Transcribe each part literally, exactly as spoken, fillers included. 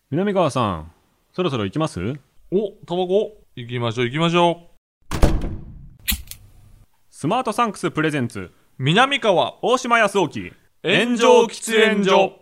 南川さん、そろそろ行きます？ お、タバコ行きましょう行きましょスマートサンクスプレゼンツう。南川大島康沖炎上喫煙所。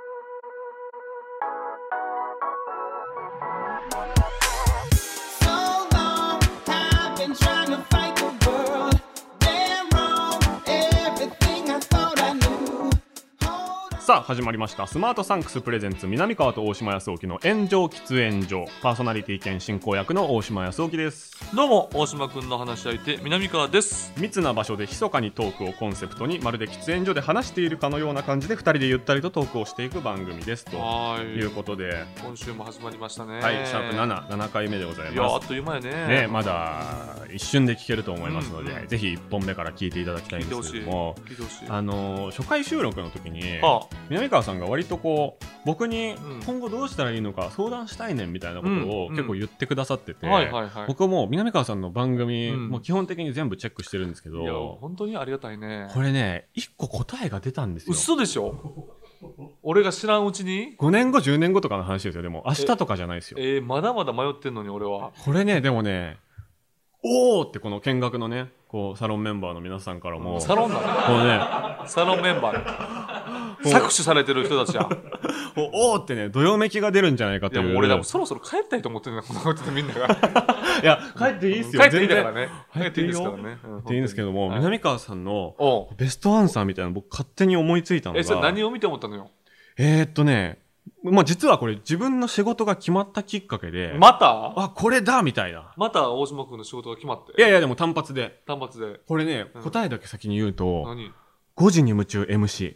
さあ始まりました。スマートサンクスプレゼンツ南川と大島康沖の炎上喫煙所。パーソナリティ兼進行役の大島康沖です。 どうも大島くんの話し相手南川です。 密な場所で密かにトークをコンセプトに、まるで喫煙所で話しているかのような感じでふたりでゆったりとトークをしていく番組ですとはいいうことで、 今週も始まりましたね。 はい、シャープなな、ななかいめでございます。 いやあっという間やね。 ね、まだ一瞬で聞けると思いますので、 うんうん、 ぜひいっぽんめから聞いていただきたいんですけども、 聞いてほしい。 あのー、初回収録の時に、 はあ、 南川さんが割とこう僕にうん今後どうしたらいいのか相談したいねんみたいなことをうん結構言ってくださってて、 はいはいはい。 僕も南川さんの番組、 うんもう基本的に全部チェックしてるんですけいやど、 本当にありがたいね。 これねいっこ答えが出たんですよ。 嘘でしょ。俺が知らんうちにごねんごじゅうねんごとかの話ですよ。でも明日とかじゃないですよ。 えー、まだまだ迷ってんのに俺は。 これねでもねおーってこの見学のねこうサロンメンバーの皆さんからもサロンだね。 こうねサロンメンバーね。搾取されてる人たちや。 おーってねどよめきが出るんじゃないかいという。 やもう俺でもそろそろ帰りたいと思ってるんだこんなことでみんなが。 いや帰っていいっすよ。 帰っていいだからね。 全然帰っていいですからね。 帰っていいんですけども、 はい南川さんのおうベストアンサーみたいなの僕勝手に思いついたのが、 え、それ何を見て思ったのよ。 えー、っとねまあ実はこれ自分の仕事が決まったきっかけで、 またあこれだみたいな。 また大島君の仕事が決まって。 いやいやでも単発で単発で。 これね、 うん答えだけ先に言うと何ごじに夢中 エムシー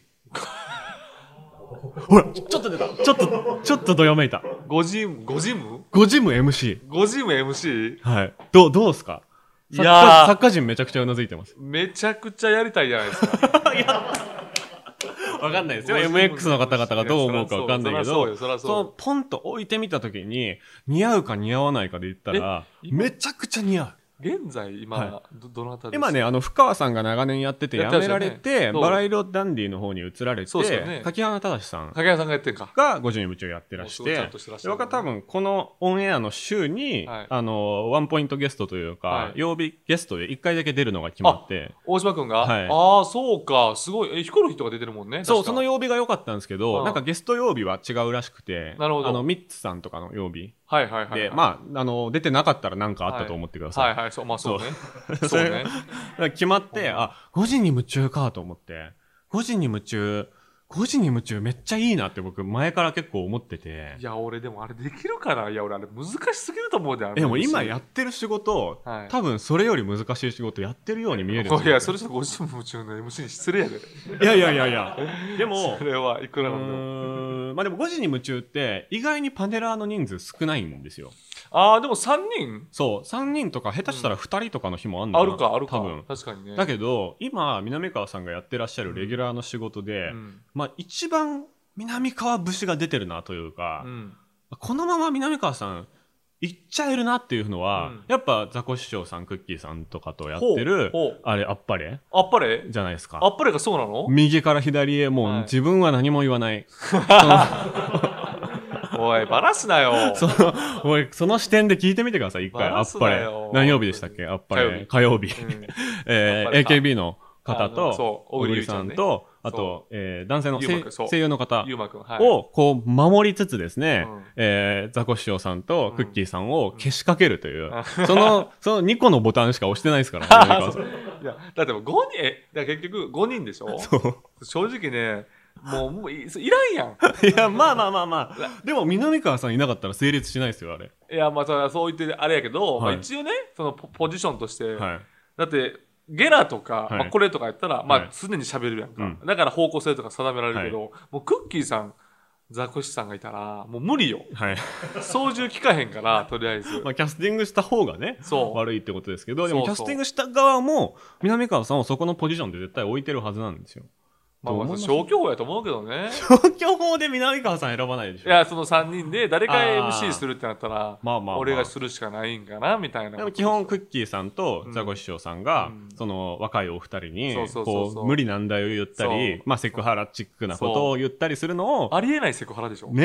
ほらちょっと出たちょっとちょっとどよめいた。 ゴジムゴジムごじむ エムシゴジム エムシー? ー。はいどうどうすか。 いやー作家陣めちゃくちゃうなずいてます。 めちゃくちゃやりたいじゃないですか。 わかんないですよ。エムエックス の方々がどう思うかわかんないけど、 そらそうよそらそうよそのポンと置いてみたときに似合うか似合わないかで言ったらえ今めちゃくちゃ似合う。 現在今、 はどどのあたりですか。 今ねあの深川さんが長年やってて辞やってましたよねめられて、 そうバラ色ダンディの方に移られて、 そうですよね柿原忠さん影山さんがやってんか。 がごじに夢中やってらしもうすごいちゃて、 んとしてらっしゃる僕は多分このオンエアの週に、 はいあのワンポイントゲストというか、 はい曜日ゲストでいっかいだけ出るのが決まって大島君が、 はいああそうかすごい。えヒコロヒーとか出てるもんね。 そう、 確かその曜日が良かったんですけど、 うんなんかゲスト曜日は違うらしくて、 なるほどあの、ミッツさんとかの曜日はいはいはい、 で、 はい、 まあ、あの、出てなかったら何かあったと思ってください。 はいはいそうまあそうねそそううねだから決まって、あ、ごじに夢中かと思って、ごじに夢中、ごじに夢中めっちゃいいなって僕前から結構思っててい。や俺でもあれできるかな。いや俺あれ難しすぎると思うで。あれでも今やってる仕事、 はい多分それより難しい仕事やってるように見えるんですよ。 いやそれちょっとごじゅう夢中の エムシー に失礼やで。 いやいやいやいや。でもそ、れはいくうらなんでも。 ーんまあでもごじに夢中って意外にパネラーの人数少ないんですよ。 ああでもさんにんそうさんにんとか下手したらふたりとかの日もあるのあかな、 るかあるか多分。 確かにね。 だけど今南川さんがやってらっしゃるレギュラーの仕事で、 うんまあ一番南川節が出てるなというか、 うんこのまま南川さんいっちゃえるなっていうのは、 うんやっぱザコシショウさんクッキーさんとかとやってるほうほうあれあっぱれあっぱれじゃないですか。 あっぱれがそうなの。 右から左へもうはい自分は何も言わない、 おいバラすなよ。 そのおいその視点で聞いてみてください一回。 バラすあっぱれなよ何曜日でしたっけ。あっぱれ火曜日、 うんえー、 あっぱれエーケービー の方あのとそう小栗さんとあそと、えー男性のゆうまくんそう声声優の方ゆうまくんはいをこう守りつつですね、 うんえーザコシショウさんとクッキーさんをんけしかけるという、 うんそのそのにこのボタンしか押してないですからあ南川さんそういやだってもうごにんえだから結局ごにんでしょ。 そう正直ねもうもういいらんやん。 いやまあまあまあまあでも南川さんいなかったら成立しないですよあれ。 いやまあそれはそう言ってあれやけど、 はいまあ、一応ねそのポポジションとして、 はいだってゲラとか、 はいまあ、これとかやったら、まはいあ、常に喋るやんか、 うんだから方向性とか定められるけど、もうクッキーさんザコシさんがいたらもう無理よ。 はい操縦聞かへんからとりあえずまあキャスティングした方がねそう悪いってことですけどでもキそうそうャスティングした側も南川さんをそこのポジションで絶対置いてるはずなんですよ。 まあ、まあどう思います消去法やと思うけどね。 消去法で南川さん選ばないでしょ。 いやそのさんにんで誰かあーエムシー するってなったらまあまあまあ俺がするしかないんかなみたいな。 でも基本クッキーさんとうんザコシショウさんが、 うんその若いお二人にそうそうそうそうこう無理難題を言ったりそうまあセクハラチックなことを言ったりするのをありえないセクハラでしょ。 ね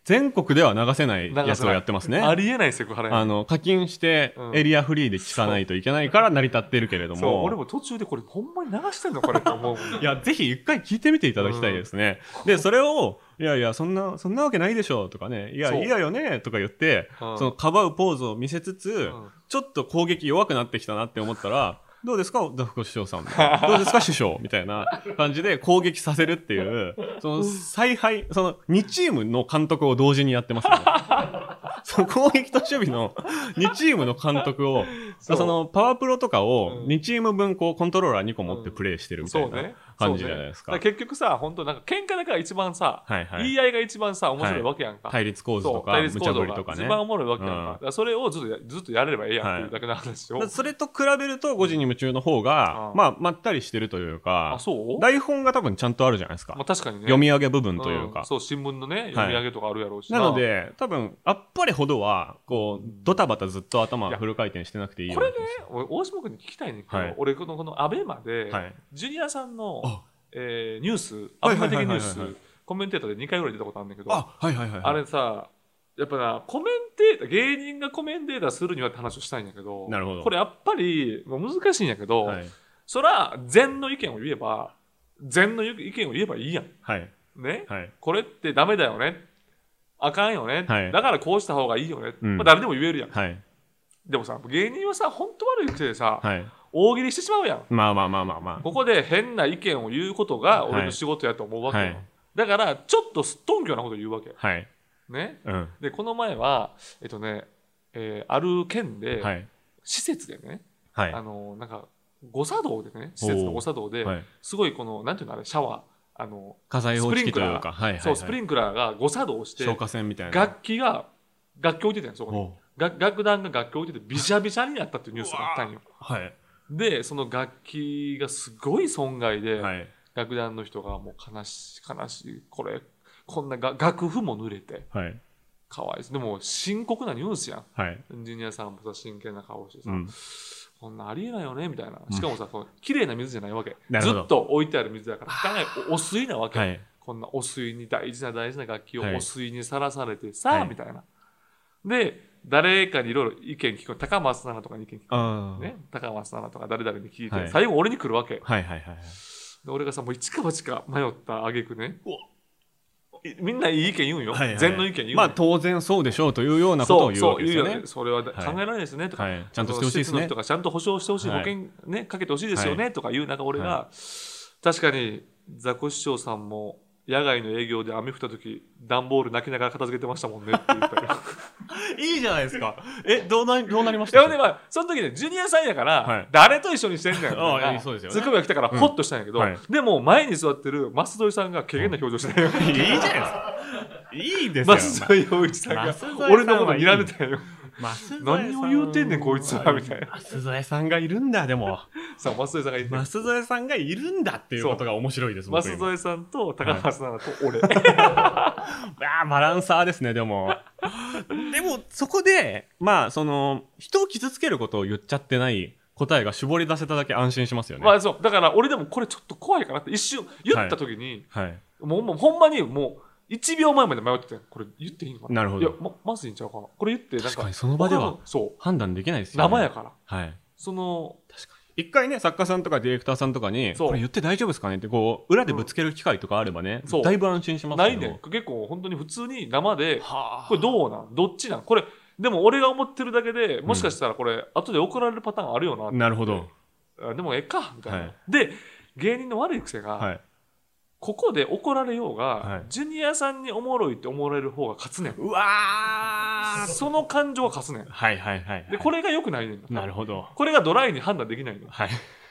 全国では流せないやつをやってますね。 ありえないセクハラやん。 あの課金してエリアフリーで聞かないといけないから成り立ってるけれども、 そう俺も途中でこれほんまに流してんのこれって思うもん。 いやぜひ一回聞いてみていただきたいですね。うん、でそれをいやいやそんなそんなわけないでしょとかね、いやいやよねとか言って、うん、そのかばうポーズを見せつつ、うん、ちょっと攻撃弱くなってきたなって思ったら。どうですかザコシショウさんどうですか首相みたいな感じで攻撃させるっていうその采配そのにチームの監督を同時にやってますよね。その攻撃と守備のにチームの監督をそ, そのパワープロとかをにチーム分こうコントローラーにこ持ってプレイしてるみたいな感じじゃないですか。 うんねね、結局さ本当なんか喧嘩だから一番さ、はいはい、言い合いが一番さ面白いわけやんか、 はい、対立構図とか無茶ぶりとかね一番おもろいわけやんか、うん、だからそれをずっとずっとやれればええやんっていうだけの話を、はい、 それと比べるとごじに夢中の方が、うん、まあまったりしてるというか、 あそう台本が多分ちゃんとあるじゃないですか、 まあ、確かにね、 読み上げ部分というか、 うん、そう新聞のね読み上げとかあるやろうし、 はい、なので多分あっぱれほどはこうドタバタずっと頭フル回転してなくていいよこれね大島君に聞きたいねんけど、はい、俺このこのアベマで、はい、ジュニアさんの、えー、ニュースアベマ的ニュースコメンテーターでにかいぐらい出たことあるんだけど、 あ、はいはいはいはい、 あれさやっぱなコメンテーター芸人がコメンテーターするにはって話をしたいんやけど、 なるほど、 これやっぱりもう難しいんやけど、はい、そら善の意見を言えば善の意見を言えばいいやん、 はいね、 はい、 これってダメだよねあかんよね、はい、だからこうした方がいいよね、うん、まあ、誰でも言えるやん、はい、でもさ芸人はさ本当悪い癖でさ、はい、大喜利してしまうやん。 まあまあまあまあまあ、 ここで変な意見を言うことが俺の仕事やと思うわけよ、はい、だからちょっとすっとんきょうなこと言うわけ、 はいね、 うん、 でこの前はえっとね、えー、ある県で、はい、施設でね、はい、あのなんか誤作動でね施設の誤作動で、はい、すごいこのなんていうのあれシャワーあの火災報知器というか、 はいはいはい、そうスプリンクラーが誤作動して消火栓みたいな楽器が楽器置いてたんよそこに楽団が楽器置いててビシャビシャになったっていうニュースがあったんよ、 はい、 でその楽器がすごい損害で、はい、楽団の人がもう悲しい悲しいこれこんなが楽譜も濡れて、はい、かわいそうでも深刻なニュースやん、はい、エンジニアさんもさ真剣な顔してさ、うん、こんなありえないよねみたいな、しかもさ、うん、綺麗な水じゃないわけ、ずっと置いてある水だから汚いお水なわけ、はい、こんなお水に大事な大事な楽器をお水にさらされてさ、はい、みたいなで誰かにいろいろ意見聞く高松菜奈とかに意見聞く、ね、高松菜奈とか誰々に聞いて、はい、最後俺に来るわけ、 はいはいはい、 で俺がさもう一か八か迷った挙句ねみんないい意見言うんよ、はいはい、善の意見言う、ね、 まあ当然そうでしょうというようなことを言うわけですよね。 そうそう、それは考えられないですね、はい、とか、はい、 ちゃんとしてほしいですねとかちゃんと保証してほしい、はい、保険ねかけてほしいですよね、はい、とかいう中俺が、はい、確かにザコシショウさんも野外の営業で雨降った時段ボール泣きながら片付けてましたもんねって言ったりいいじゃないですか。えどうなどうなりました？ いやで、まあ、その時ねジュニアさんやから、はい、誰と一緒にしてんねんみたいなツッコミが来たからホッとしたんやけど、うんはい、でも前に座ってる舛添さんが怪げな表情してないよ、 うん、いいじゃないですか。いいですよ。 舛添陽一さんが俺のこと睨んでたよ。何を言うてんねんこいつはみたいな。 舛添さんがいるんだ。でもそう舛添さんがいる舛添さんがいるんだっていうことが面白いです。 舛添さんと高松菜奈と俺、 はい、あバランサーですね。でもでもそこでまあその人を傷つけることを言っちゃってない答えが絞り出せただけ安心しますよね。 まあそうだから俺でもこれちょっと怖いかなって一瞬言った時に、はいはい、もうもうほんまにもういちびょうまえまで迷っててこれ言っていいのかな。 なるほど。 いや ま, まずいんちゃうかなこれ言ってなんか確かにその場では判断できないですよね。 生やから、 はい、 その確かに一回ね作家さんとかディレクターさんとかにこれ言って大丈夫ですかねってこう裏でぶつける機会とかあればね、うん、だいぶ安心しますけどないね。結構本当に普通に生でこれどうなんどっちなんこれでも俺が思ってるだけでもしかしたらこれ後で怒られるパターンあるよなって、 うん、なるほど。 でもええかみたいな、はい、で芸人の悪い癖が、はい、ここで怒られようが、はい、ジュニアさんにおもろいって思われる方が勝つねん。 うわその感情は勝つねん。 はいはいはい、はい、 でこれが良くないねん。 なるほど。これがドライに判断できないねん。 はい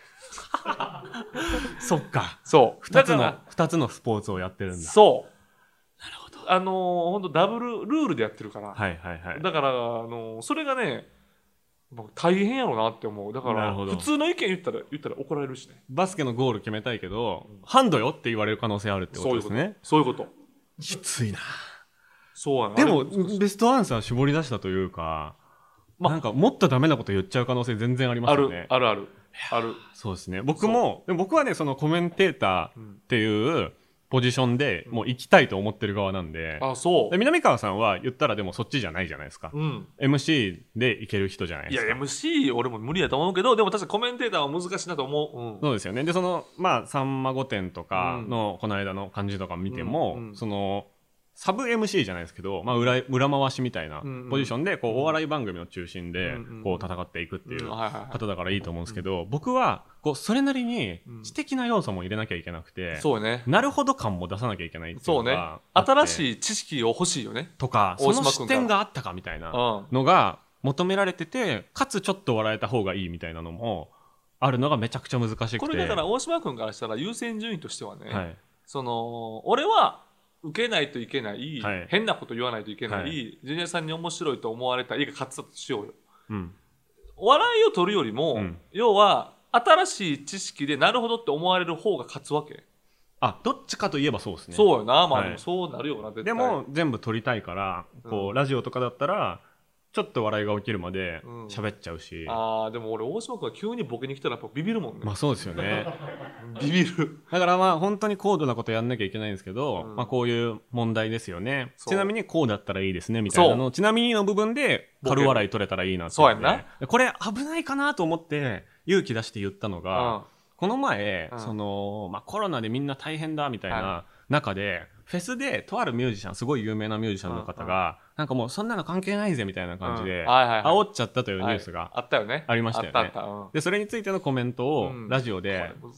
そっか。 そうふたつのふたつのスポーツをやってるんだ。 そうなるほど。あのー、本当ダブルルールでやってるから。 はいはいはい。 だからあのー、それがね大変やろうなって思う。だから普通の意見言ったら言ったら怒られるしね。 バスケのゴール決めたいけど、うん、ハンドよって言われる可能性あるってことですね。 そういうこと。 きついな。 そうやな。 でもベストアンサー絞り出したというか、ま、なんかもっとダメなこと言っちゃう可能性全然ありますよね。 あるあるあるある。 そうですね。僕もでも僕はねそのコメンテーターっていう、うん、 ポジションでもう行きたいと思ってる側なんで、 あ、そうで南川さんは言ったらでもそっちじゃないじゃないですか、 うん、 エムシー で行ける人じゃないですか。 いや エムシー 俺も無理だと思うけど、でも確かコメンテーターは難しいなと思う、うん、 そうですよね。でそのまあさんま御殿とかのこの間の感じとか見ても、うんうん、そのサブ エムシー じゃないですけど、まあ、裏, 裏回しみたいなポジションでこうお笑い番組の中心でこう戦っていくっていう方だからいいと思うんですけど、僕はこうそれなりに知的な要素も入れなきゃいけなくて、 そうね、 なるほど感も出さなきゃいけないっていうのがあって、 そうね、新しい知識を欲しいよねとか、その視点があったかみたいなのが求められてて、かつちょっと笑えた方がいいみたいなのもあるのがめちゃくちゃ難しくて、 これだから大島君からしたら優先順位としてはね、 はい、その俺は受けないといけない、 はい、 変なこと言わないといけない、はい、ジュニアさんに面白いと思われたいが勝ってたとしようよ、うん、お笑いを取るよりも、うん、要は新しい知識でなるほどって思われる方が勝つわけ。 あ、どっちかといえばそうですね。 そうよな、まあ、はい、でもそうなるよな絶対。 でも全部取りたいからこう、うん、ラジオとかだったらちょっと笑いが起きるまで喋っちゃうし、うん、 あーでも俺大島君が急にボケに来たらやっぱビビるもんね。 まあそうですよねビビる。 だからまあ本当に高度なことやんなきゃいけないんですけど、うん、まあこういう問題ですよね。ちなみにこうだったらいいですねみたいなの、ちなみにの部分で軽笑い取れたらいいなって。 そうやんな。 これ危ないかなと思って勇気出して言ったのが、うん、この前、うん、そのまあコロナでみんな大変だみたいな中で、フェスでとあるミュージシャン、すごい有名なミュージシャンの方が、うんうん、なんかもうそんなの関係ないぜみたいな感じで、うんはいはいはい、煽っちゃったというニュースが、 はい、あったよね。 ありましたよね。 あったあった、うん、 でそれについてのコメントをラジオで、うん、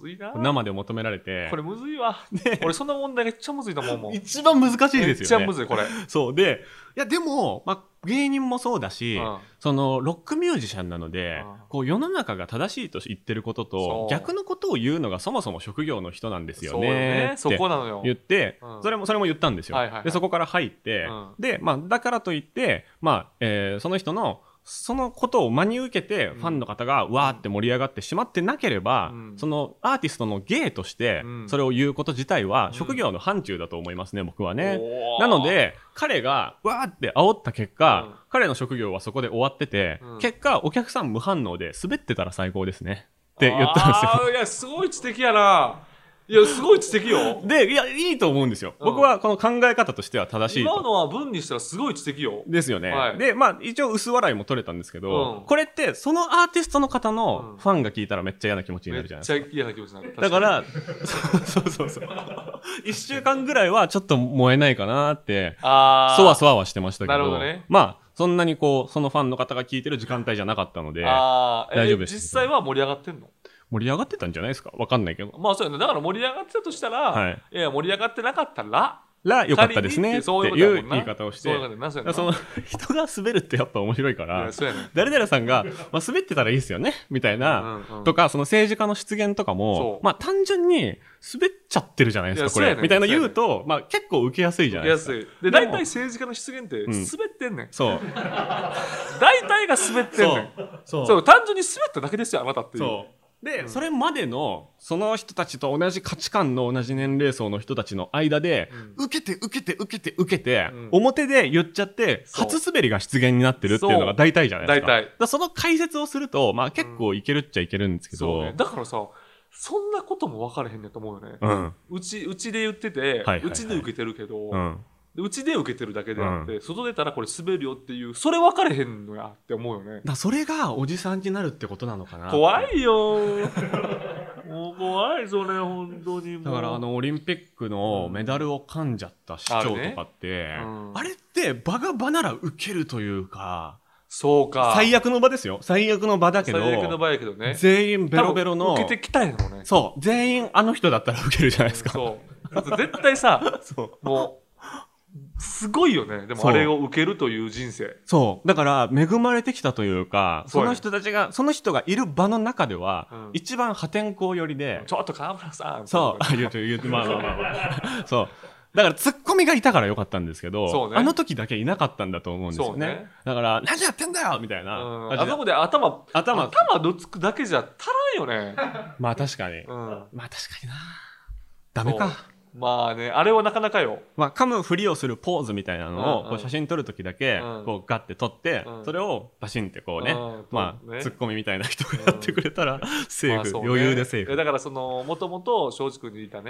生で求められて、 これむずいわ。俺そんな問題めっちゃむずいと思うもん。 一番難しいですよね。めっちゃむずいこれ。 そうで、いやでも、まあ、芸人もそうだし、うん、そのロックミュージシャンなので、うん、こう世の中が正しいと言ってることと逆のことを言うのがそもそも職業の人なんですよねって言って、うん、それもそれも言ったんですよ、はいはいはい、でそこから入って、うん、で、まあ、だからといって、まあえー、その人のそのことを真に受けてファンの方がわーって盛り上がってしまってなければ、うん、そのアーティストの芸としてそれを言うこと自体は職業の範疇だと思いますね、僕はね。なので彼がわーって煽った結果、うん、彼の職業はそこで終わってて、うん、結果お客さん無反応で滑ってたら最高ですねって言ったんですよ。 あいやすごい知的やな。いやすごい知的よ。 でいやいいと思うんですよ、うん、僕はこの考え方としては正しいと。 今のは文にしたらすごい知的よ。 ですよね、はい、でまあ一応薄笑いも取れたんですけど、うん、これってそのアーティストの方のファンが聞いたらめっちゃ嫌な気持ちになるじゃないですか。 めっちゃ嫌な気持ちになる。 だからそうそうそういっしゅうかんぐらいはちょっと燃えないかなってそわそわはしてましたけど、 なるほどね。 まあそんなにこうそのファンの方が聞いてる時間帯じゃなかったので大丈夫です。 実際は盛り上がってんの？ 盛り上がってたんじゃないですか、わかんないけど。 まあそうやね。だから盛り上がってたとしたら、はい、いや盛り上がってなかったらら良かったですねっていう言い方をして、 そういうことだもんな。 その人が滑るってやっぱ面白いから、誰々さんが、まあ、滑ってたらいいですよねみたいな、うんうん、とかその政治家の失言とかも、まあ単純に滑っちゃってるじゃないですかこれ、ね、みたいな言うと、まあ、結構受けやすいじゃないですか。 受けやすい。で大体政治家の失言って滑ってんねん、うん、 そう大体が滑ってんねん。そうそう単純に滑っただけですよあなたっていう。 そうで、うん、それまでのその人たちと同じ価値観の同じ年齢層の人たちの間で、うん、受けて受けて受けて受けて、うん、表で言っちゃって初滑りが失言になってるっていうのが大体じゃないですか。大体だその解説をすると、まあ、結構いけるっちゃいけるんですけど、うんね、 だからさそんなことも分かれへんねんと思うよね、うん、うちうちで言ってて、はいはいはい、うちで受けてるけど、うんうちで受けてるだけであって、うん、外出たらこれ滑るよっていうそれ分かれへんのやって思うよね。 だそれがおじさんになるってことなのかな。 怖いよもう怖いそれ本当にもう。 だからあのオリンピックのメダルを噛んじゃった市長とかって、あれ、ねうん、あれって場が場なら受けるというか、 そうか最悪の場ですよ。最悪の場だけど、 最悪の場やけどね、 全員ベロベロの受けてきたんやろね。 そう全員あの人だったら受けるじゃないですか。 そう絶対さそうもうすごいよね。でもあれを受けるという人生。 そうだから恵まれてきたというか、その人たちがその人がいる場の中では、うん、一番破天荒寄りで、 ちょっと川村さんそう言うと言うとまあまあまあまあそうだからツッコミがいたからよかったんですけど、ね、あの時だけいなかったんだと思うんですよ ね, ねだから何やってんだよみたいな、うん、 あそこで頭頭頭どつくだけじゃ足らんよねまあ確かに、うん、まあ確かになダメか。 まあねあれはなかなかよ。 まあ噛むふりをするポーズみたいなのをこう写真撮るときだけこうガッて撮って、うん、それをバシンってこうね、うん、まあ、ね、ツッコミみたいな人がやってくれたらセーフ、まあね、余裕でセーフ。 だからそのもともと庄司君にいたね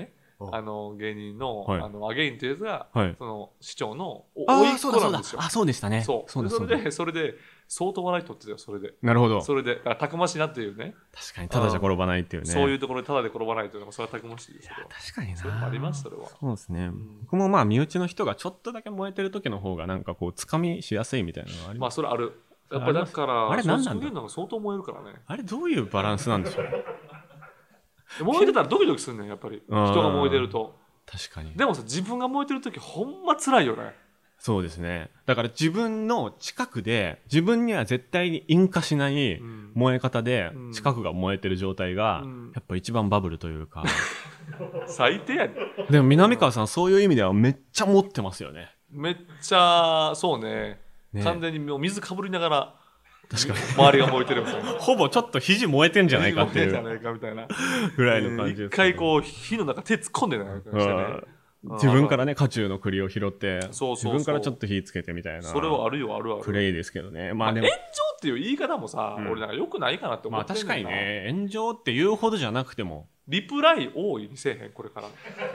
あの芸人の、はい、あのアゲインというやつが、はい、その市長の甥っ子なんですよ。 あ、そうでしたね。 そう。それでそれで相当笑い取ってたよ、それで。 なるほど。 それでたくましいなっていうね。 確かにただじゃ転ばないっていうね。 そういうところでただで転ばないというのがそれはたくましいですけど。 確かにな。 それもありますそれは。 そうですね。うん、僕もまあ身内の人がちょっとだけ燃えてる時の方がなんかこうつかみしやすいみたいなのがあります。 まあそれある。やっぱりだからあれ何なんだ。 そういうのが相当燃えるからね。 あれどういうバランスなんでしょう。 燃えてたらドキドキするねんやっぱり。人が燃えてると。 確かに。 でもさ自分が燃えてる時ほんま辛いよね。 そうですね。だから自分の近くで自分には絶対に引火しない燃え方で近くが燃えてる状態がやっぱ一番バブルというか、 うん、最低やね。 でも南川さんそういう意味ではめっちゃ持ってますよね。 めっちゃそうね、ね、完全にもう水かぶりながら確かに周りが燃えてるみたいな。 ほぼちょっと肘燃えてんじゃないかっていうじゃないかみたいなぐらいの感じです、ね、 一回こう火の中手突っ込んでないかしてね、 自分からね、渦中の栗を拾ってそうそうそう、自分からちょっと火つけてみたいな。 それはあるよ、あるある。 プレイですけどね。 まあでも、まあ、炎上っていう言い方もさ、うん、俺なんか良くないかなって思ってんねんな。 まあ確かにね、炎上って言うほどじゃなくても。 リプライ多いにせえへん、これから。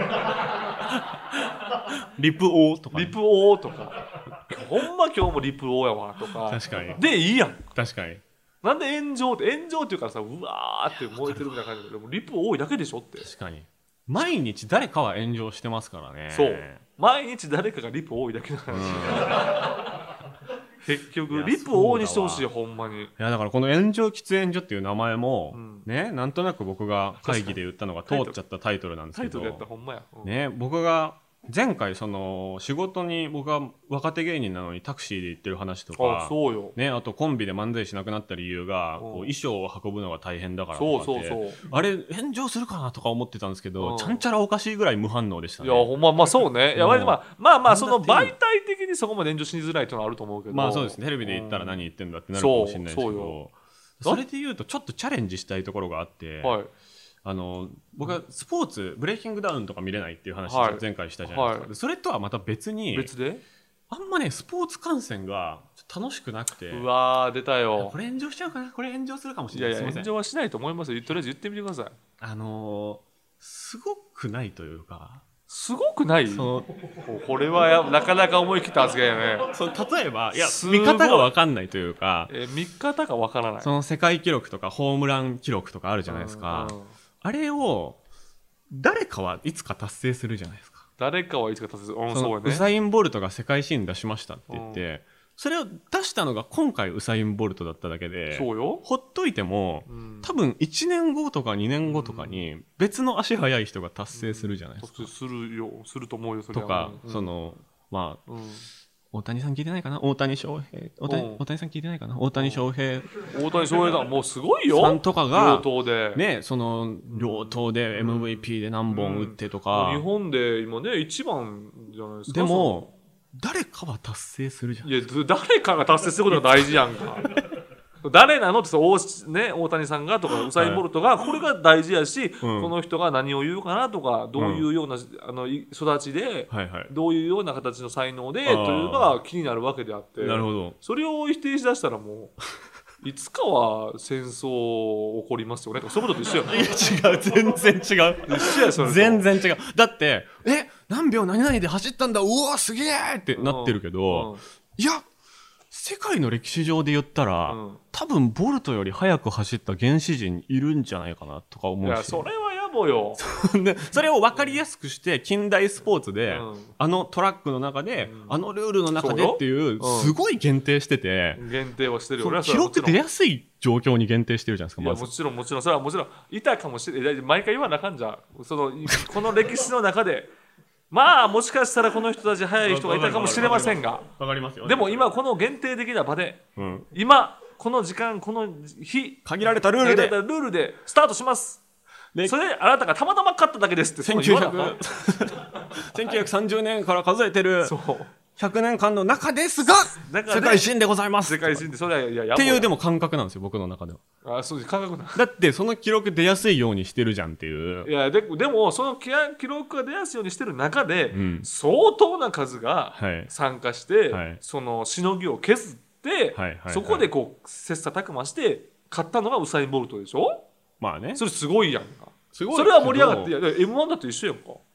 リプオーとか、 ね。リプオーとか。ほんま今日もリプオーやわとか。 確かに。 で、いいやん。 確かに。 なんで炎上って、炎上っていうからさ、うわーって燃えてるみたいな感じで、リプ多いだけでしょって。 確かに。毎日誰かは炎上してますからね。 そう毎日誰かがリプ多いだけの話、うん、結局リプ多にしてほしいほんまに。いやだからこの炎上喫煙所っていう名前も、うん、ねなんとなく僕が会議で言ったのが通っちゃったタイトルなんですけど、 タイトルやったほんまや、 うん、ね僕が前回その仕事に僕は若手芸人なのにタクシーで行ってる話とか、 あそうよ、 ね、あとコンビで漫才しなくなった理由がこう衣装を運ぶのが大変だからとかって、そうそうそうあれ炎上するかなとか思ってたんですけど、ちゃんちゃらおかしいぐらい無反応でしたね。 いやほんままあそうね、いやまあまあまあその媒体的にそこまで炎上しづらいというのはあると思うけど、 まあそうですね、テレビで言ったら何言ってんだってなるかもしれないですけど、 そ, それで言うとちょっとチャレンジしたいところがあって、はい、あの僕はスポーツブレイキングダウンとか見れないっていう話を前回したじゃないですか、はい、それとはまた別に別であんまねスポーツ観戦が楽しくなくて、 うわー出たよ、 これ炎上しちゃうかな、これ炎上するかもしれない、いやいや炎上はしないと思いますよ、とりあえず言ってみてください。 あのー、すごくないというか、 すごくない、そのこれはやなかなか思い切った発言やね。 その例えばいや見方が分かんないというか、 え見方が分からない、 その世界記録とかホームラン記録とかあるじゃないですか、うんうん、あれを誰かはいつか達成するじゃないですか。 誰かはいつか達成する、うん、 そのウサイン・ボルトが世界新出しましたって言って、うん、それを出したのが今回ウサイン・ボルトだっただけで、 そうよ、 ほっといても、うん、多分いちねんごとかにねんごとかに別の足速い人が達成するじゃないですか、 うん、するよ、すると思うよそれは。 とか、うん、そのまあ、うん、大谷さん聞いてないかな、大谷翔平、大谷、大谷さん聞いてないかな、大谷翔平、 大谷翔平だ、もうすごいよ、 さんとかが両党でね、その両党で エムブイピー で何本打ってとか、 うん、日本で今ね一番じゃないですか。 でも誰かは達成するじゃん。 いや誰かが達成することが大事やんか。誰なのって大、ね、大谷さんがとかウサイン・ボルトがこれが大事やし、はい、この人が何を言うかなとか、どういうような、うん、あの育ちで、はいはい、どういうような形の才能でというのが気になるわけであって、 なるほど、 それを否定しだしたらもういつかは戦争起こりますよねとかそういうことと一緒やん。 いや違う、全然違う、 一緒やそれ全然違う。だってえ何秒何々で走ったんだ、うわすげえってなってるけど、うんうん、いや世界の歴史上で言ったら、うん、多分ボルトより速く走った原始人いるんじゃないかなとか思うし、いやそれは野暮よ。 でそれを分かりやすくして近代スポーツで、うん、あのトラックの中で、うん、あのルールの中でっていう、うん、すごい限定してて、 限定はしてるよ。 記録出やすい状況に限定してるじゃないですか。 いやもちろんもちろんそれはもちろんいたかもしれない、毎回言わなあかんじゃん、そのこの歴史の中でまあもしかしたらこの人たち速い人がいたかもしれませんが、 わかりますよ。 でも今この限定的な場で、うん、今この時間この日限られたルールでルールでスタートします。でそれであなたがたまたま勝っただけですってせんきゅうひゃくせんきゅうひゃくさんじゅうねんから数えてるひゃくねんかんの中ですが世界新でございます。 世界新でそれはいややっていうでも感覚なんですよ僕の中では。 あそうです感覚なんだってその記録出やすいようにしてるじゃんっていう。 いや で, でもその記録が出やすいようにしてる中で、うん、相当な数が参加して、はい、そのしのぎを削って、はいはいはいはい、そこでこう切磋琢磨して勝ったのがウサイン・ボルトでしょ。 まあねそれすごいやんか。すごいそれは盛り上がって、いや エムワン だって一緒やんか。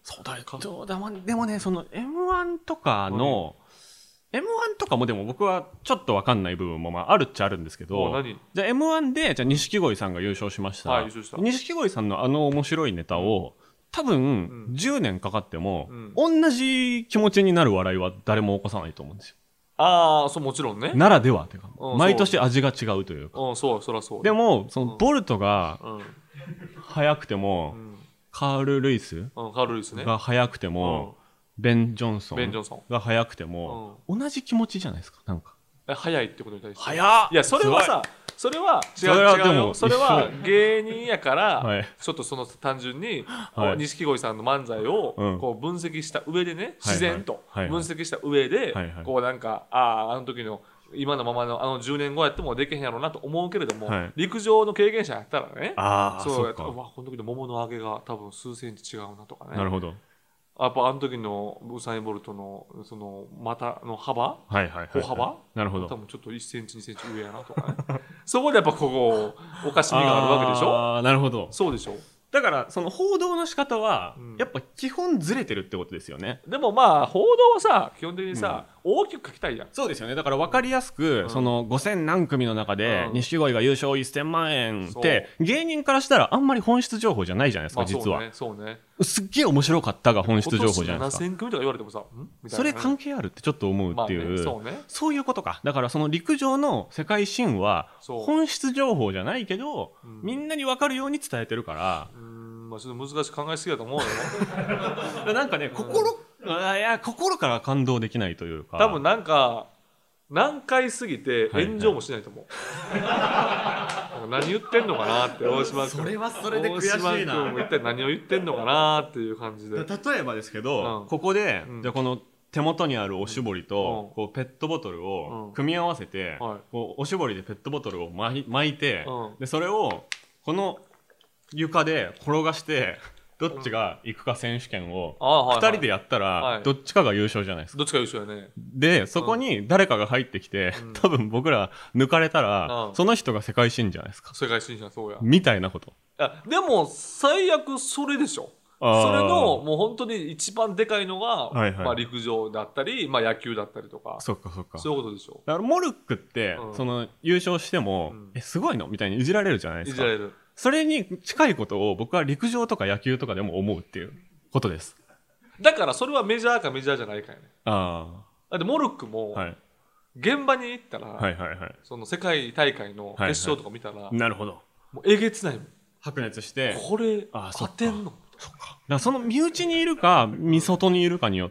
そうだよ。でもね、その エムワン とかの、エムワン とかもでも僕はちょっと分かんない部分もまああるっちゃあるんですけど、じゃあ エムワン でじゃあ錦鯉さんが優勝しました。はい、錦鯉さんのあの面白いネタを、多分じゅうねんかかっても、うん、同じ気持ちになる笑いは誰も起こさないと思うんですよ。 ああ、そう、もちろんね。 ならではというか、毎年味が違うというか。 うん、そう、そりゃそう。 でもそのボルトが速くても、うん、カール・ルイス、 うん、カール・ルイスね、 が速くても、うん、ベン・ジョンソンが速くても、うん、同じ気持ちじゃないですか。なんか速いってことに対して。 速っ。 いや、それはさ、それは違う違うよ。それは芸人やから、はい、ちょっとその単純に錦鯉さんの漫才をこう分析した上でね、自然と分析した上で、こうなんか、ああ、あの時の今のままのあのじゅうねんごやってもできへんやろうなと思うけれども、はい、陸上の経験者やったらね、 あそうやったら、うわ、この時の桃の上げが多分数センチ違うなとかね。 なるほど。 やっぱあの時のウサイン・ボルトのその股の幅、 はいはいはいはい、 歩幅、 なるほど。 多分ちょっといっセンチにセンチ上やなとかねそこでやっぱここおかしみがあるわけでしょ。 ああ、なるほど。 そうでしょ。 だからその報道の仕方はやっぱ基本ずれてるってことですよね、 うん、でもまあ報道はさ基本的にさ、うん、大きく書きたいやん。 そうですよね。だから分かりやすく、うん、そのごせん何組の中で錦鯉が優勝せんまんえんって芸人からしたらあんまり本質情報じゃないじゃないですか、まあ、実は。 そうね、そうね。 すっげえ面白かったが本質情報じゃないですか。 今年ななせん組とか言われてもさ、んみたいなね、 それ関係あるってちょっと思うっていう、 まあね、そうね、 そういうことか。だからその陸上の世界神話本質情報じゃないけど、うん、みんなに分かるように伝えてるから、うん、 まあ、ちょっと難しく考えすぎだと思うよなんかね、心、うん、いや心から感動できないというか、 多分なんか難解すぎて炎上もしないと思う、はいはい、何言ってんのかなって大島君、 それはそれで悔しいな。大島君も一体何を言ってんのかなっていう感じで。 例えばですけど、うん、ここで、うん、じゃあこの手元にあるおしぼりと、うん、こうペットボトルを組み合わせて、うん、こうおしぼりでペットボトルを巻いて、うん、でそれをこの床で転がしてどっちが行くか選手権をふたりでやったらどっちかが優勝じゃないですか。 どっちか優勝やね。 でそこに誰かが入ってきて、うん、多分僕ら抜かれたら、うん、その人が世界新じゃないですか。 世界新じゃそうやみたいなこと。いやでも最悪それでしょ。それのもう本当に一番でかいのが、はいはい、まあ、陸上だったり、まあ、野球だったりとか。 そっかそっか。 そういうことでしょ。 だからモルックって、うん、その優勝しても、うん、えすごいのみたいにいじられるじゃないですか。 いじられる。 それに近いことを僕は陸上とか野球とかでも思うっていうことです。 だからそれはメジャーかメジャーじゃないかよね。 ああ。 だってモルックも、はい、現場に行ったら、 はいはいはい、 その世界大会の決勝とか見たら、はいはい、 なるほど。 もうえげつないもん。 白熱してこれ勝てんの。 そっか。だからその身内にいるか身外にいるかによって、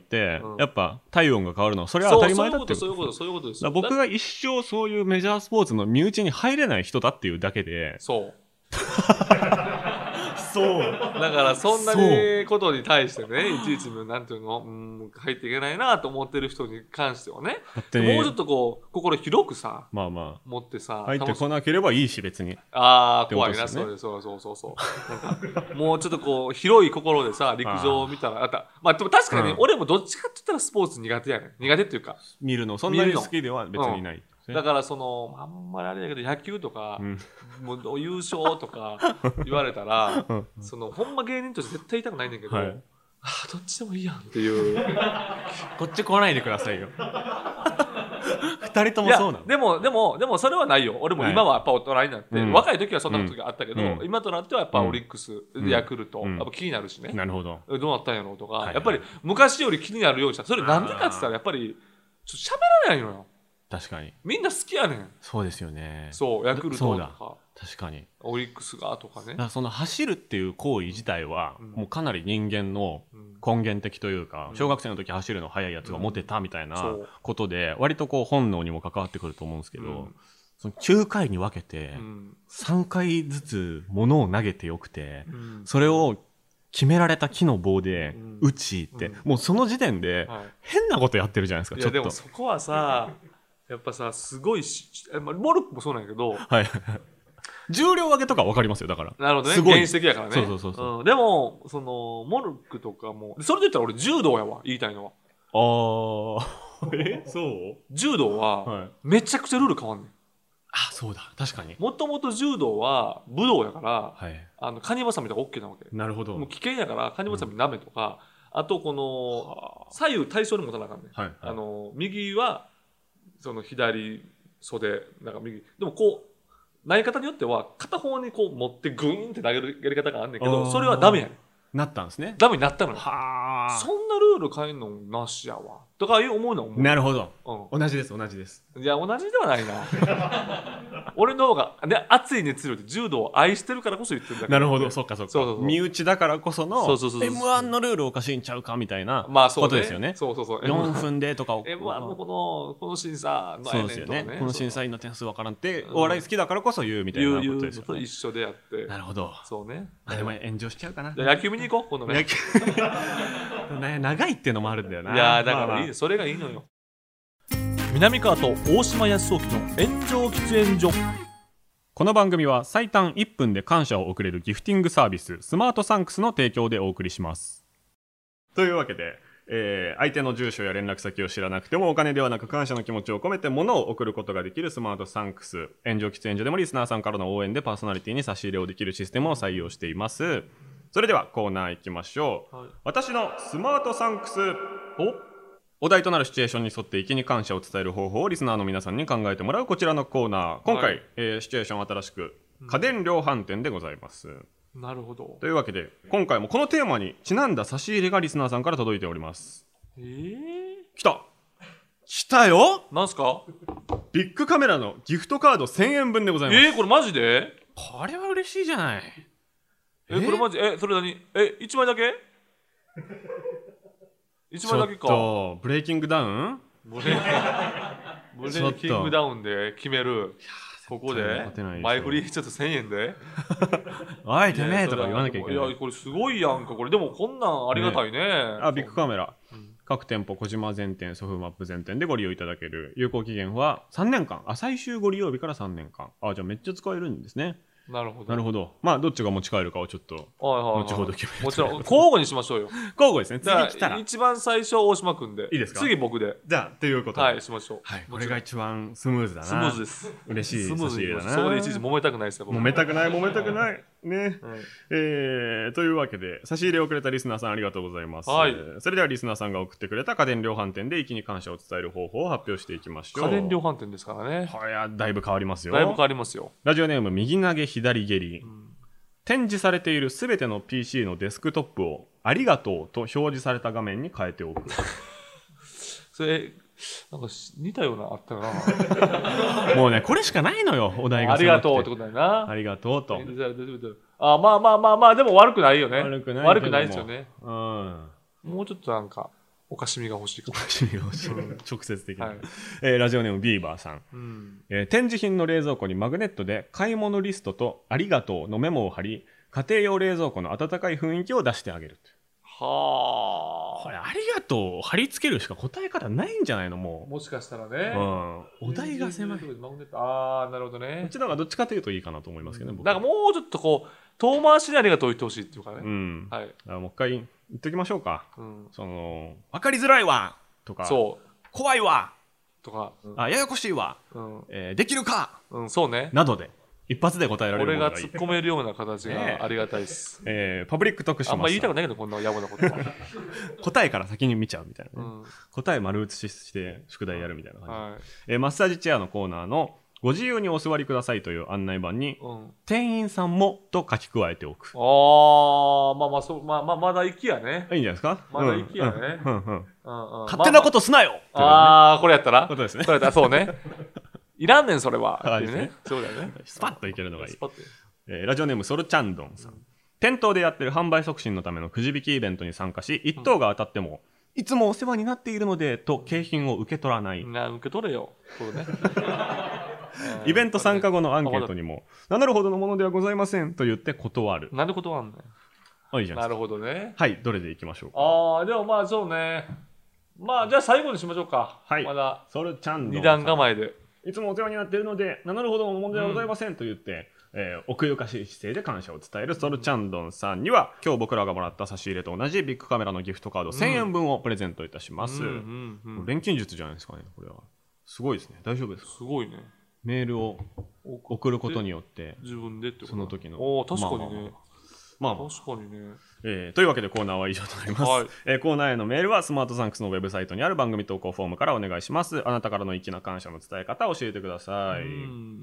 うん、やっぱ体温が変わるのはそれは当たり前だっていう。 そういうことそういうことそういうことです。 僕が一生そういうメジャースポーツの身内に入れない人だっていうだけで。 そうそうだからそんなにことに対してねいちいちなんていうの、うん、入っていけないなと思ってる人に関してはね、もうちょっとこう心広くさ、 まあまあ持ってさ入ってこなければいいし別に。 ああ怖いな、それそうそうそうそうなんかもうちょっとこう広い心でさ陸上を見たらあったまあでも確かに、ね、うん、俺もどっちかって言ったらスポーツ苦手やねん。苦手っていうか見るのそんなに好きでは別にない。 だからそのあんまりあれだけど野球とか、うん、もう優勝とか言われたらそのほんま芸人として絶対言いたくないんだけど、はい、あどっちでもいいやんっていうこっち来ないでくださいよ二人ともそうなの。 でもでもでもそれはないよ。俺も今はやっぱ大人になって、はい、若い時はそんな時があったけど、うん、今となってはやっぱオリックス、うん、ヤクルト、うん、やっぱ気になるしね。 なるほど。 どうなったんやろうとか、はいはい、やっぱり昔より気になるようにした。それなんでかって言ったらやっぱりちょっと喋らないのよ。 確かにみんな好きやねん。 そうですよね。 そうヤクルトとか確かにオリックスがとかね。だからその走るっていう行為自体は、うん、もうかなり人間の根源的というか、うん、小学生の時走るの速いやつがモテたみたいなことで、うん、割とこう本能にも関わってくると思うんですけど、うん、そのきゅうかいに分けてさんかいずつ物を投げてよくて、うん、それを決められた木の棒で打ちって、うん、もうその時点で変なことやってるじゃないですか。 いやちょっとでもそこはさやっぱさすごいしモルックもそうなんやけど、 はい、重量上げとか分かりますよ。だからなるほどね、すごい原始的やからね。 そうそうそうそう、 うん、でもそのモルックとかもそれで言ったら俺柔道やわ言いたいのは。 あーえそう柔道はめちゃくちゃルール変わんねん。 あそうだ確かに。 もともと柔道は武道やから、はい、あのカニバサミとか OK なわけ。 なるほど。 もう危険やからカニバサミダメとか、 あとこの左右対称に持たなあかんね、はいはい、あの右はその左袖なんか右でもこう投げ方によっては片方にこう持ってグーンって投げるやり方があんねんけどそれはダメやねんなったんですねダメになったのよはそんなルール変えんのなしやわとか思うの思うなるほど、うん、同じです同じですいや同じではないな俺の方が、ね、熱い熱量で柔道を愛してるからこそ言ってるだけなるほどそっかそっかそうそうそう身内だからこその エムワン のルールおかしいんちゃうかみたいなことですよね、まあ、そうねそうそうそうよんふんでとかをエムワン のこのこの審査のそうですよねこの審査員の点数わからんってお笑い好きだからこそ言うみたいなことですよね言うと一緒でやってなるほどそうねあでも炎上しちゃうかな野球見に行こう今度ね長いっていうのもあるんだよないやだからいい、まあまあ、それがいいのよ南川と大島康雄の炎上喫煙所この番組は最短いっぷんで感謝を送れるギフティングサービススマートサンクスの提供でお送りしますというわけで、えー、相手の住所や連絡先を知らなくてもお金ではなく感謝の気持ちを込めて物を送ることができるスマートサンクス炎上喫煙所でもリスナーさんからの応援でパーソナリティに差し入れをできるシステムを採用していますそれではコーナー行きましょう、はい、私のスマートサンクスお題となるシチュエーションに沿って粋に感謝を伝える方法をリスナーの皆さんに考えてもらうこちらのコーナー今回、はいえー、シチュエーションは新しく家電量販店でございます、 うん、なるほどというわけで今回もこのテーマにちなんだ差し入れがリスナーさんから届いておりますえー、 来た来たよなんすかビッグカメラのギフトカードせんえんぶんでございますえー、これマジでこれは嬉しいじゃないえー、これマジえそれ何えいちまいだけいちまいだけかちょっとブレイキングダウンブレイキングダウンで決めるここで前振りちょっとせんえんでおいてめえとか言わなきゃいけないいやこれすごいやんかこれでもこんなんありがたいね、ねあビッグカメラ、うん、各店舗小島全店ソフマップ全店でご利用いただける有効期限はさんねんかんあ最終ご利用日からさんねんかんあじゃあめっちゃ使えるんですねなるほどなるほどまあどっちが持ち帰るかをちょっと後ほど決めるもちろん交互にしましょうよ交互ですね次来たら一番最初大島君でいいですか次僕でじゃあということではいしましょうはいこれが一番スムーズだなスムーズです嬉しい差し入れだなそこでいちいち揉めたくないですよ揉めたくない揉めたくないね、はいえー、というわけで差し入れをくれたリスナーさんありがとうございます、はい、それではリスナーさんが送ってくれた家電量販店で粋に感謝を伝える方法を発表していきましょう家電量販店ですからねはいやだいぶ変わりますよだいぶ変わりますよラジオネーム右投げ左蹴り、うん展示されているすべての ピーシー のデスクトップをありがとうと表示された画面に変えておくそれなんか似たようなあったなもうねこれしかないのよお題がありがとうってことだよなありがとうとあまあまあまあまあでも悪くないよね悪くない悪くないですよね、 うん、 もうちょっとなんかおかしみが欲しいかも。 おかしみが欲しい、うん、直接的に、はいえー、ラジオネームビーバーさん、うんえー、展示品の冷蔵庫にマグネットで買い物リストとありがとうのメモを貼り家庭用冷蔵庫の温かい雰囲気を出してあげる。 はあ。 これありがとうを貼り付けるしか答え方ないんじゃないのもう。もしかしたらね。 うん。お題が狭い。 ああなるほどね。 こっちの方がどっちかというといいかなと思いますけどね。 うん、なんかもうちょっとこう遠回しにありがとう言ってほしいっていうかね。 うん。 はい。 もう一回言っときましょうか。うん、その分かりづらいわとか。 そう。 怖いわとか。 うん、あややこしいわ。うんえー、できるか。 うんそうね。 などで。一発で答えられるものがいい。 俺が突っ込めるような形がありがたいです。 えー、パブリック特集あんま言いたくないけどこんな野暮なことは答えから先に見ちゃうみたいな、ねうん、答え丸写しして宿題やるみたいな感じ、はいえー、マッサージチェアのコーナーのご自由にお座りくださいという案内板に、うん、店員さんもと書き加えておく。 ああまあまあそうまあまあまだ行きやね。 いいんじゃないですか。 まだ行きやね。 うんうんうんうん、勝手なことすなよ。 まあまあ、ああこれやったら。 ことですね。 これやったらそうね。いらんねんそれは。っていうね。そうだよね。 スパッといけるのがいい。えー、ラジオネームソルチャンドンさん、うん。店頭でやってる販売促進のためのくじ引きイベントに参加し、いっ等が当たっても、うん、いつもお世話になっているのでと景品を受け取らない。 な受け取れよ。そうね。 イベント参加後のアンケートにも、名乗るほどのものではございませんと言って断る。 なんで断るんだよ。 あいいじゃないですか。 なるほどね。 はいどれでいきましょうか。 ああでもまあそうね。まあじゃあ最後にしましょうか。 はい。 まだソルチャンドンさん。 二段構えで。いつもお世話になっているので名乗るほどのものではございませんと言って、うんえー、奥ゆかしい姿勢で感謝を伝えるソルチャンドンさんには今日僕らがもらった差し入れと同じビッグカメラのギフトカードせんえんぶんをプレゼントいたします、うんうんうんうん、錬金術じゃないですかね。これはすごいですね。大丈夫ですか。 すごいね。 メールを送ることによって自分でってことその時のお確かにね、まあまあ、 まあ、まあ、 確かにね。 えー、というわけでコーナーは以上となります、はい。えー、コーナーへのメールはスマートサンクスのウェブサイトにある番組投稿フォームからお願いします。あなたからの粋な感謝の伝え方を教えてください。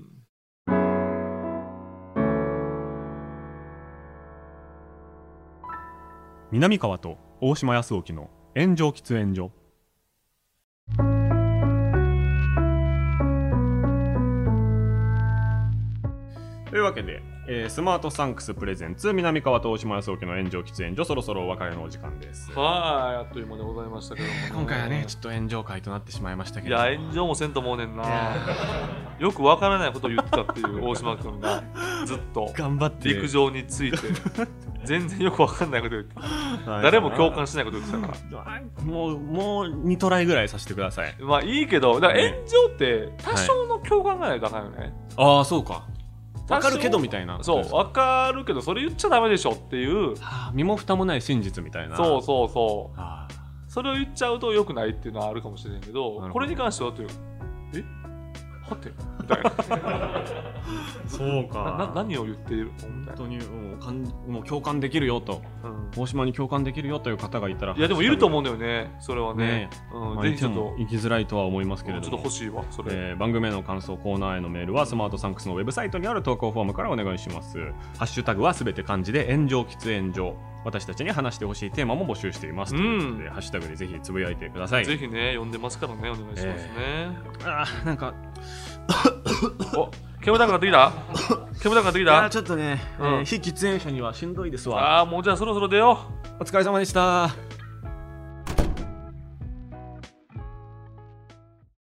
南川と大島康沖の炎上喫煙所。というわけで、えー、スマートサンクスプレゼンツ南川と大島康沖の炎上喫煙所、そろそろお別れのお時間です。 はい、あっという間でございましたけども、ね、 今回はねちょっと炎上会となってしまいましたけど、 いや炎上もせんと思うねんなよくわからないことを言ってたっていう大島君がずっと頑張って陸上について全然よくわかんないこと言って誰も共感しないこと言ってたからもうもうにトライぐらいさせてください。 まあいいけど、だから炎上って多少の共感がないとあかんよね、はい、 ああそうか、わかるけどみたいな。 そうわかるけどそれ言っちゃダメでしょっていう、 はあ、身も蓋もない真実みたいな。 そうそうそう、はあ、それを言っちゃうと良くないっていうのはあるかもしれないけど、これに関してはというえはてみたいなそうかなな何を言っているのみたいな。 本当にもうかんもう共感できるよと、うん、大島に共感できるよという方がいたら、 いやでもいると思うんだよねそれはね、ね、 うん、まあ、ぜひちょっと行きづらいとは思いますけれども、 ちょっと欲しいわそれ、 えー、番組への感想コーナーへのメールはスマートサンクスのウェブサイトにある投稿フォームからお願いします。ハッシュタグはすべて漢字で炎上喫煙所、私たちに話してほしいテーマも募集しています、うん、ということでハッシュタグでぜひつぶやいてください。 ぜひね読んでますからねお願いしますね、 えー、あーなんかお煙たくなってきた煙たくなってきた。いやちょっとね、うん、えー、非喫煙者にはしんどいですわ。 ああもうじゃあそろそろ出よう。 お疲れ様でした。